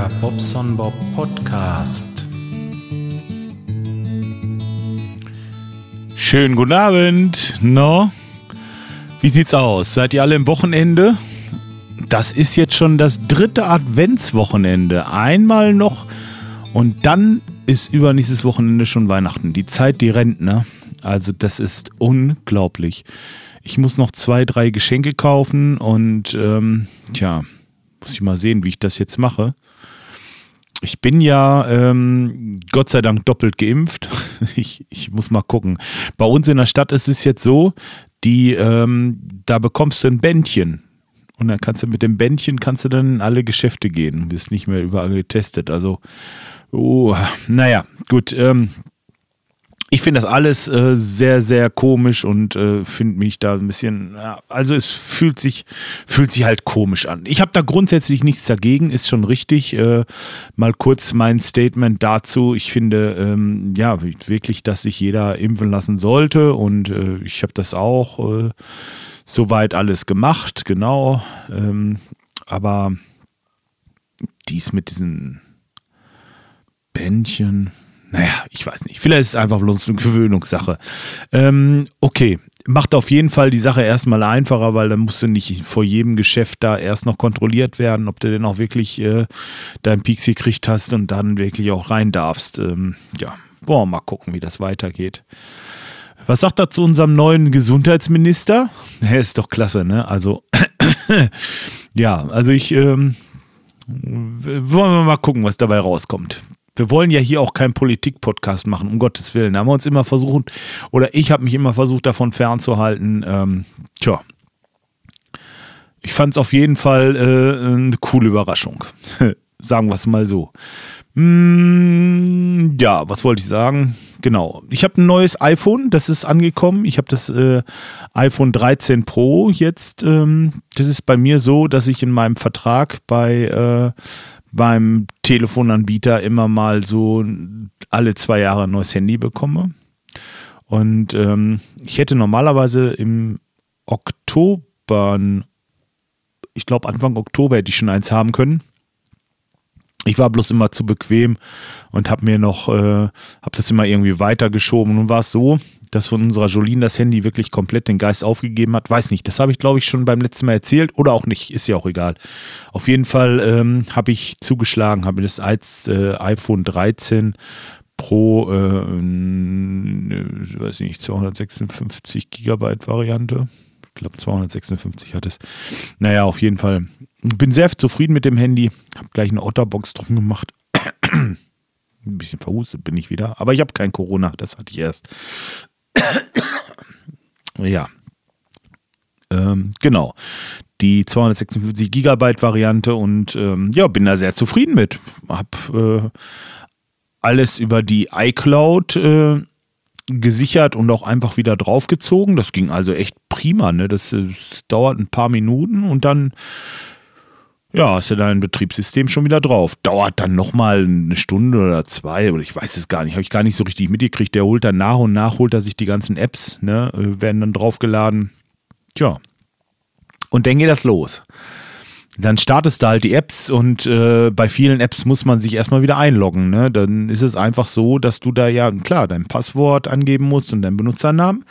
Der Bobson Bob Podcast. Schönen guten Abend. No? Wie sieht's aus? Seid ihr alle im Wochenende? Das ist jetzt schon das 3. Adventswochenende. Einmal noch und dann ist übernächstes Wochenende schon Weihnachten. Die Zeit, die rennt, ne? Also das ist unglaublich. Ich muss noch 2, 3 Geschenke kaufen und muss ich mal sehen, wie ich das jetzt mache. Ich bin ja Gott sei Dank doppelt geimpft. Ich muss mal gucken. Bei uns in der Stadt ist es jetzt so, da bekommst du ein Bändchen. Und dann kannst du mit dem Bändchen dann in alle Geschäfte gehen. Du bist nicht mehr überall getestet. Also, naja, gut. Ich finde das alles sehr, sehr komisch und finde mich da ein bisschen, also es fühlt sich halt komisch an. Ich habe da grundsätzlich nichts dagegen, ist schon richtig. Mal kurz mein Statement dazu. Ich finde, wirklich, dass sich jeder impfen lassen sollte und ich habe das auch soweit alles gemacht, genau. Aber dies mit diesen Bändchen... Naja, ich weiß nicht. Vielleicht ist es einfach bloß eine Gewöhnungssache. Okay, macht auf jeden Fall die Sache erstmal einfacher, weil dann musst du nicht vor jedem Geschäft da erst noch kontrolliert werden, ob du denn auch wirklich deinen Pieks gekriegt hast und dann wirklich auch rein darfst. Wollen wir mal gucken, wie das weitergeht. Was sagt er zu unserem neuen Gesundheitsminister? Er ist doch klasse, ne? Also, wollen wir mal gucken, was dabei rauskommt. Wir wollen ja hier auch keinen Politik-Podcast machen, um Gottes Willen. Da haben wir uns immer versucht, oder ich habe mich immer versucht, davon fernzuhalten. Ich fand es auf jeden Fall eine coole Überraschung. Sagen wir es mal so. Was wollte ich sagen? Genau. Ich habe ein neues iPhone, das ist angekommen. Ich habe das iPhone 13 Pro jetzt. Das ist bei mir so, dass ich in meinem Vertrag beim Telefonanbieter immer mal so alle 2 Jahre ein neues Handy bekomme. Und ich hätte normalerweise im Oktober, ich glaube Anfang Oktober hätte ich schon eins haben können. Ich war bloß immer zu bequem und habe das immer irgendwie weitergeschoben. Nun war es so, dass von unserer Jolene das Handy wirklich komplett den Geist aufgegeben hat. Weiß nicht, das habe ich glaube ich schon beim letzten Mal erzählt oder auch nicht, ist ja auch egal. Auf jeden Fall habe ich zugeschlagen, habe das iPhone 13 Pro, 256 Gigabyte Variante. Ich glaube 256 hat es. Naja, auf jeden Fall. Bin sehr zufrieden mit dem Handy. Habe gleich eine Otterbox drum gemacht. Ein bisschen verhustet bin ich wieder. Aber ich habe kein Corona, das hatte ich erst. Ja. Genau. Die 256 Gigabyte Variante und bin da sehr zufrieden mit. Hab alles über die iCloud gesichert und auch einfach wieder draufgezogen. Das ging also echt prima, ne? Das dauert ein paar Minuten und dann hast du dein Betriebssystem schon wieder drauf. Dauert dann nochmal eine Stunde oder 2 oder ich weiß es gar nicht, habe ich gar nicht so richtig mitgekriegt. Der holt dann nach und nach, sich die ganzen Apps, ne, werden dann draufgeladen. Und dann geht das los. Dann startest du halt die Apps und bei vielen Apps muss man sich erstmal wieder einloggen. Ne? Dann ist es einfach so, dass du da dein Passwort angeben musst und deinen Benutzernamen.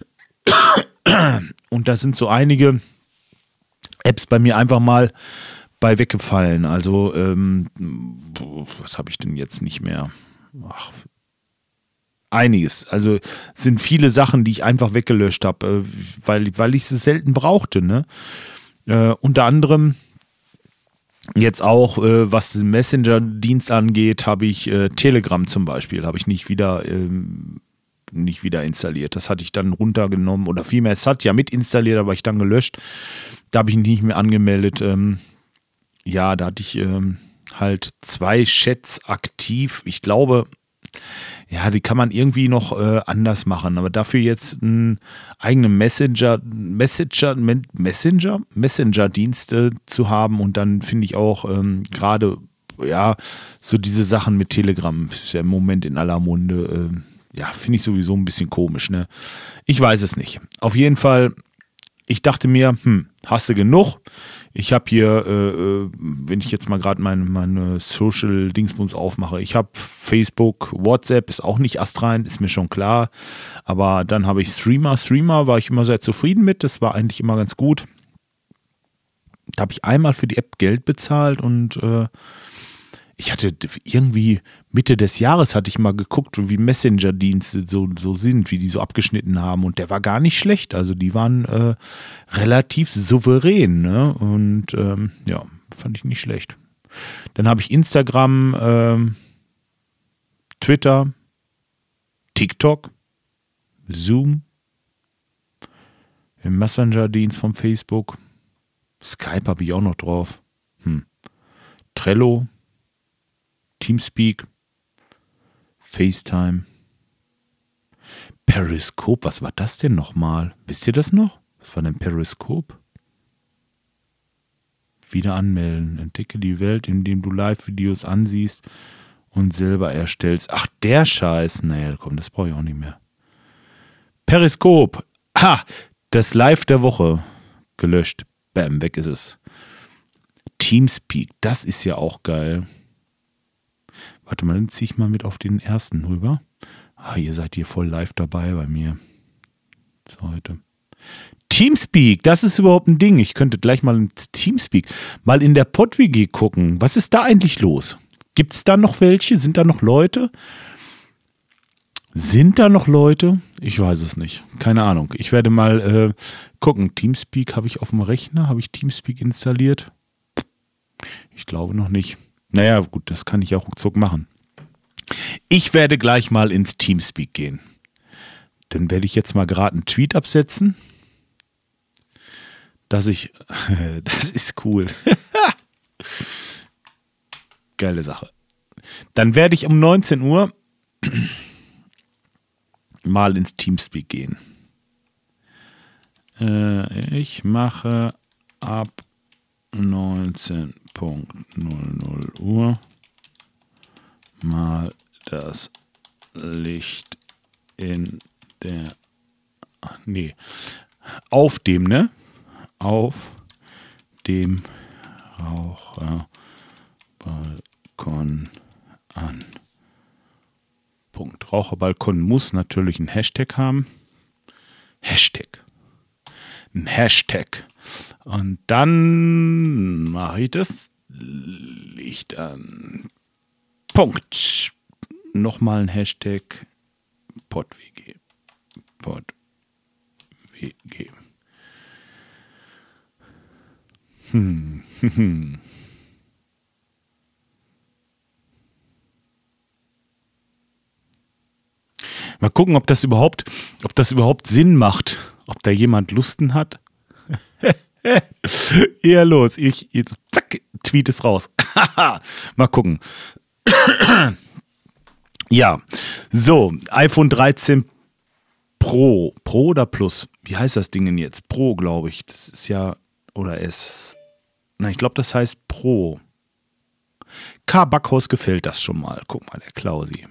Und da sind so einige Apps bei mir einfach mal bei weggefallen. Also, was habe ich denn jetzt nicht mehr? Einiges. Also sind viele Sachen, die ich einfach weggelöscht habe, weil ich es selten brauchte. Ne? Unter anderem jetzt auch, was den Messenger-Dienst angeht, habe ich Telegram zum Beispiel, habe ich nicht wieder installiert. Das hatte ich dann runtergenommen oder vielmehr, es hat ja mit installiert, aber ich dann gelöscht. Da habe ich mich nicht mehr angemeldet. Da hatte ich halt 2 Chats aktiv. Ich glaube, die kann man irgendwie noch anders machen, aber dafür jetzt einen eigenen Messenger-Dienst zu haben und dann finde ich auch gerade, so diese Sachen mit Telegram ist ja im Moment in aller Munde, finde ich sowieso ein bisschen komisch, ne? Ich weiß es nicht. Auf jeden Fall, ich dachte mir, hast du genug? Ich habe hier, wenn ich jetzt mal gerade meine Social-Dingsbums aufmache, ich habe Facebook, WhatsApp, ist auch nicht astrein, ist mir schon klar. Aber dann habe ich Streamer war ich immer sehr zufrieden mit, das war eigentlich immer ganz gut. Da habe ich einmal für die App Geld bezahlt und ich hatte irgendwie Mitte des Jahres hatte ich mal geguckt, wie Messenger-Dienste so sind, wie die so abgeschnitten haben und der war gar nicht schlecht. Also die waren relativ souverän, ne? Und ja, fand ich nicht schlecht. Dann habe ich Instagram, Twitter, TikTok, Zoom, im Messenger-Dienst von Facebook, Skype habe ich auch noch drauf, Trello, Teamspeak, FaceTime, Periscope, was war das denn nochmal? Wisst ihr das noch? Was war denn Periscope? Wieder anmelden. Entdecke die Welt, indem du Live-Videos ansiehst und selber erstellst. Ach, der Scheiß. Naja, komm, das brauche ich auch nicht mehr. Periscope. Ha! Das Live der Woche. Gelöscht. Bam, weg ist es. Teamspeak, das ist ja auch geil. Warte mal, dann ziehe ich mal mit auf den ersten rüber. Ihr seid hier voll live dabei bei mir. So heute. Teamspeak, das ist überhaupt ein Ding. Ich könnte gleich mal ins Teamspeak mal in der Pod-WG gucken. Was ist da eigentlich los? Gibt es da noch welche? Sind da noch Leute? Sind da noch Leute? Ich weiß es nicht. Keine Ahnung. Ich werde mal gucken. Teamspeak habe ich auf dem Rechner. Habe ich Teamspeak installiert? Ich glaube noch nicht. Naja, gut, das kann ich ja ruckzuck machen. Ich werde gleich mal ins Teamspeak gehen. Dann werde ich jetzt mal gerade einen Tweet absetzen. Das ist cool. Geile Sache. Dann werde ich um 19 Uhr mal ins Teamspeak gehen. Ich mache ab 19.00 Uhr mal das Licht in der... auf dem, ne? Auf dem Raucherbalkon an. Punkt. Raucherbalkon muss natürlich ein Hashtag haben. Ein Hashtag. Und dann mache ich das Licht an. Punkt. Nochmal ein Hashtag. PodWG. PodWG. Mal gucken, ob das überhaupt Sinn macht. Ob da jemand Lusten hat. Ja, los. Zack, Tweet ist raus. Mal gucken. Ja, so, iPhone 13 Pro. Pro oder Plus? Wie heißt das Ding denn jetzt? Pro, glaube ich. Das ist ja, oder S. Na, ich glaube, das heißt Pro. K. Backhaus gefällt das schon mal. Guck mal, der Klausi.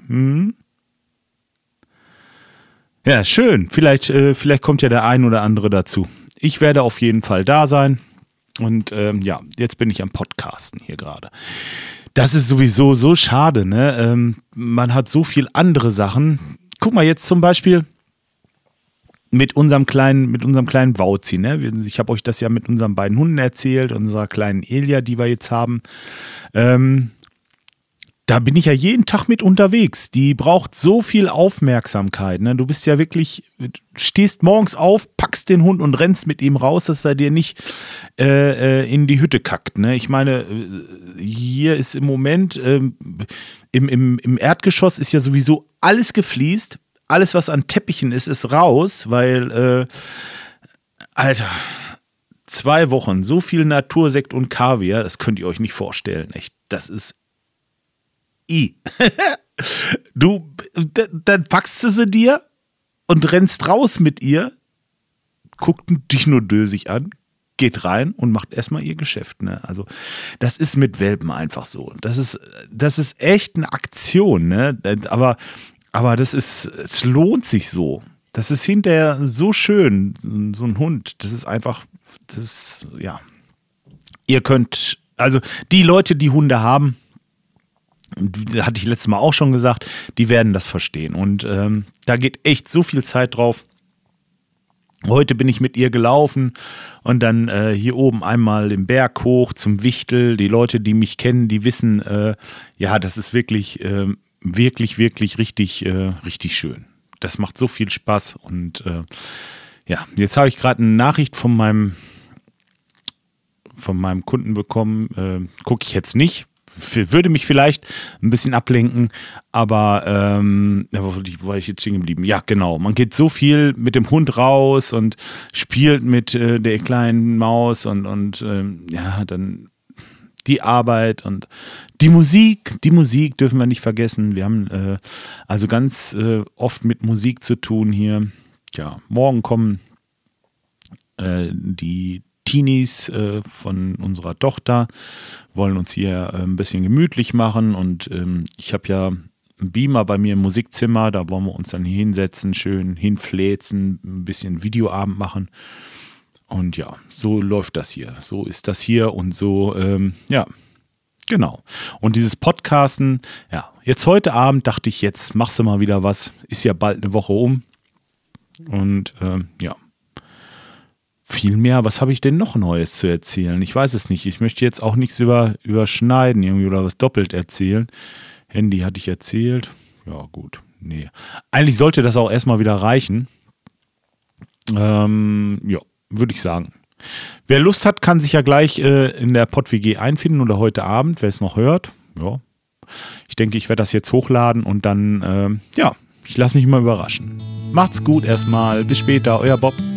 Ja, schön. Vielleicht kommt ja der ein oder andere dazu. Ich werde auf jeden Fall da sein. Und ja, jetzt bin ich am Podcasten hier gerade. Das ist sowieso so schade, ne? Man hat so viel andere Sachen. Guck mal, jetzt zum Beispiel mit unserem kleinen Wauzi, ne? Ich habe euch das ja mit unseren beiden Hunden erzählt, unserer kleinen Elia, die wir jetzt haben. Da bin ich ja jeden Tag mit unterwegs. Die braucht so viel Aufmerksamkeit. Ne? Du bist ja wirklich, stehst morgens auf, packst den Hund und rennst mit ihm raus, dass er dir nicht in die Hütte kackt. Ne? Ich meine, hier ist im Moment, im Erdgeschoss ist ja sowieso alles gefliest. Alles, was an Teppichen ist raus, weil, Alter, 2 Wochen, so viel Natursekt und Kaviar, das könnt ihr euch nicht vorstellen. Echt, das ist Du, dann packst du sie dir und rennst raus mit ihr, guckt dich nur dösig an, geht rein und macht erstmal ihr Geschäft. Ne? Also das ist mit Welpen einfach so. Das ist echt eine Aktion, ne? Aber es lohnt sich so. das ist hinterher so schön, so ein Hund. Das ist einfach, ihr könnt, also die Leute, die Hunde haben, hatte ich letztes Mal auch schon gesagt, die werden das verstehen. Und da geht echt so viel Zeit drauf. Heute bin ich mit ihr gelaufen und dann hier oben einmal den Berg hoch zum Wichtel. Die Leute, die mich kennen, die wissen, das ist wirklich, wirklich richtig schön. Das macht so viel Spaß. Und jetzt habe ich gerade eine Nachricht von meinem Kunden bekommen. Gucke ich jetzt nicht. Würde mich vielleicht ein bisschen ablenken, aber wo war ich jetzt stehen geblieben? Ja, genau. Man geht so viel mit dem Hund raus und spielt mit der kleinen Maus und dann die Arbeit und die Musik dürfen wir nicht vergessen. Wir haben also ganz oft mit Musik zu tun hier. Ja, morgen kommen die Teenies von unserer Tochter, wollen uns hier ein bisschen gemütlich machen und ich habe ja einen Beamer bei mir im Musikzimmer, da wollen wir uns dann hier hinsetzen, schön hinfläzen, ein bisschen Videoabend machen und ja, so läuft das hier, so ist das hier und so, genau. Und dieses Podcasten, jetzt heute Abend dachte ich, jetzt machst du mal wieder was, ist ja bald eine Woche um und viel mehr, was habe ich denn noch Neues zu erzählen? Ich weiß es nicht. Ich möchte jetzt auch nichts überschneiden irgendwie oder was doppelt erzählen. Handy hatte ich erzählt. Ja, gut. Nee. Eigentlich sollte das auch erstmal wieder reichen. Würde ich sagen. Wer Lust hat, kann sich ja gleich in der PodWG einfinden oder heute Abend, wer es noch hört. Ja. Ich denke, ich werde das jetzt hochladen und dann, ich lasse mich mal überraschen. Macht's gut erstmal. Bis später. Euer Bob.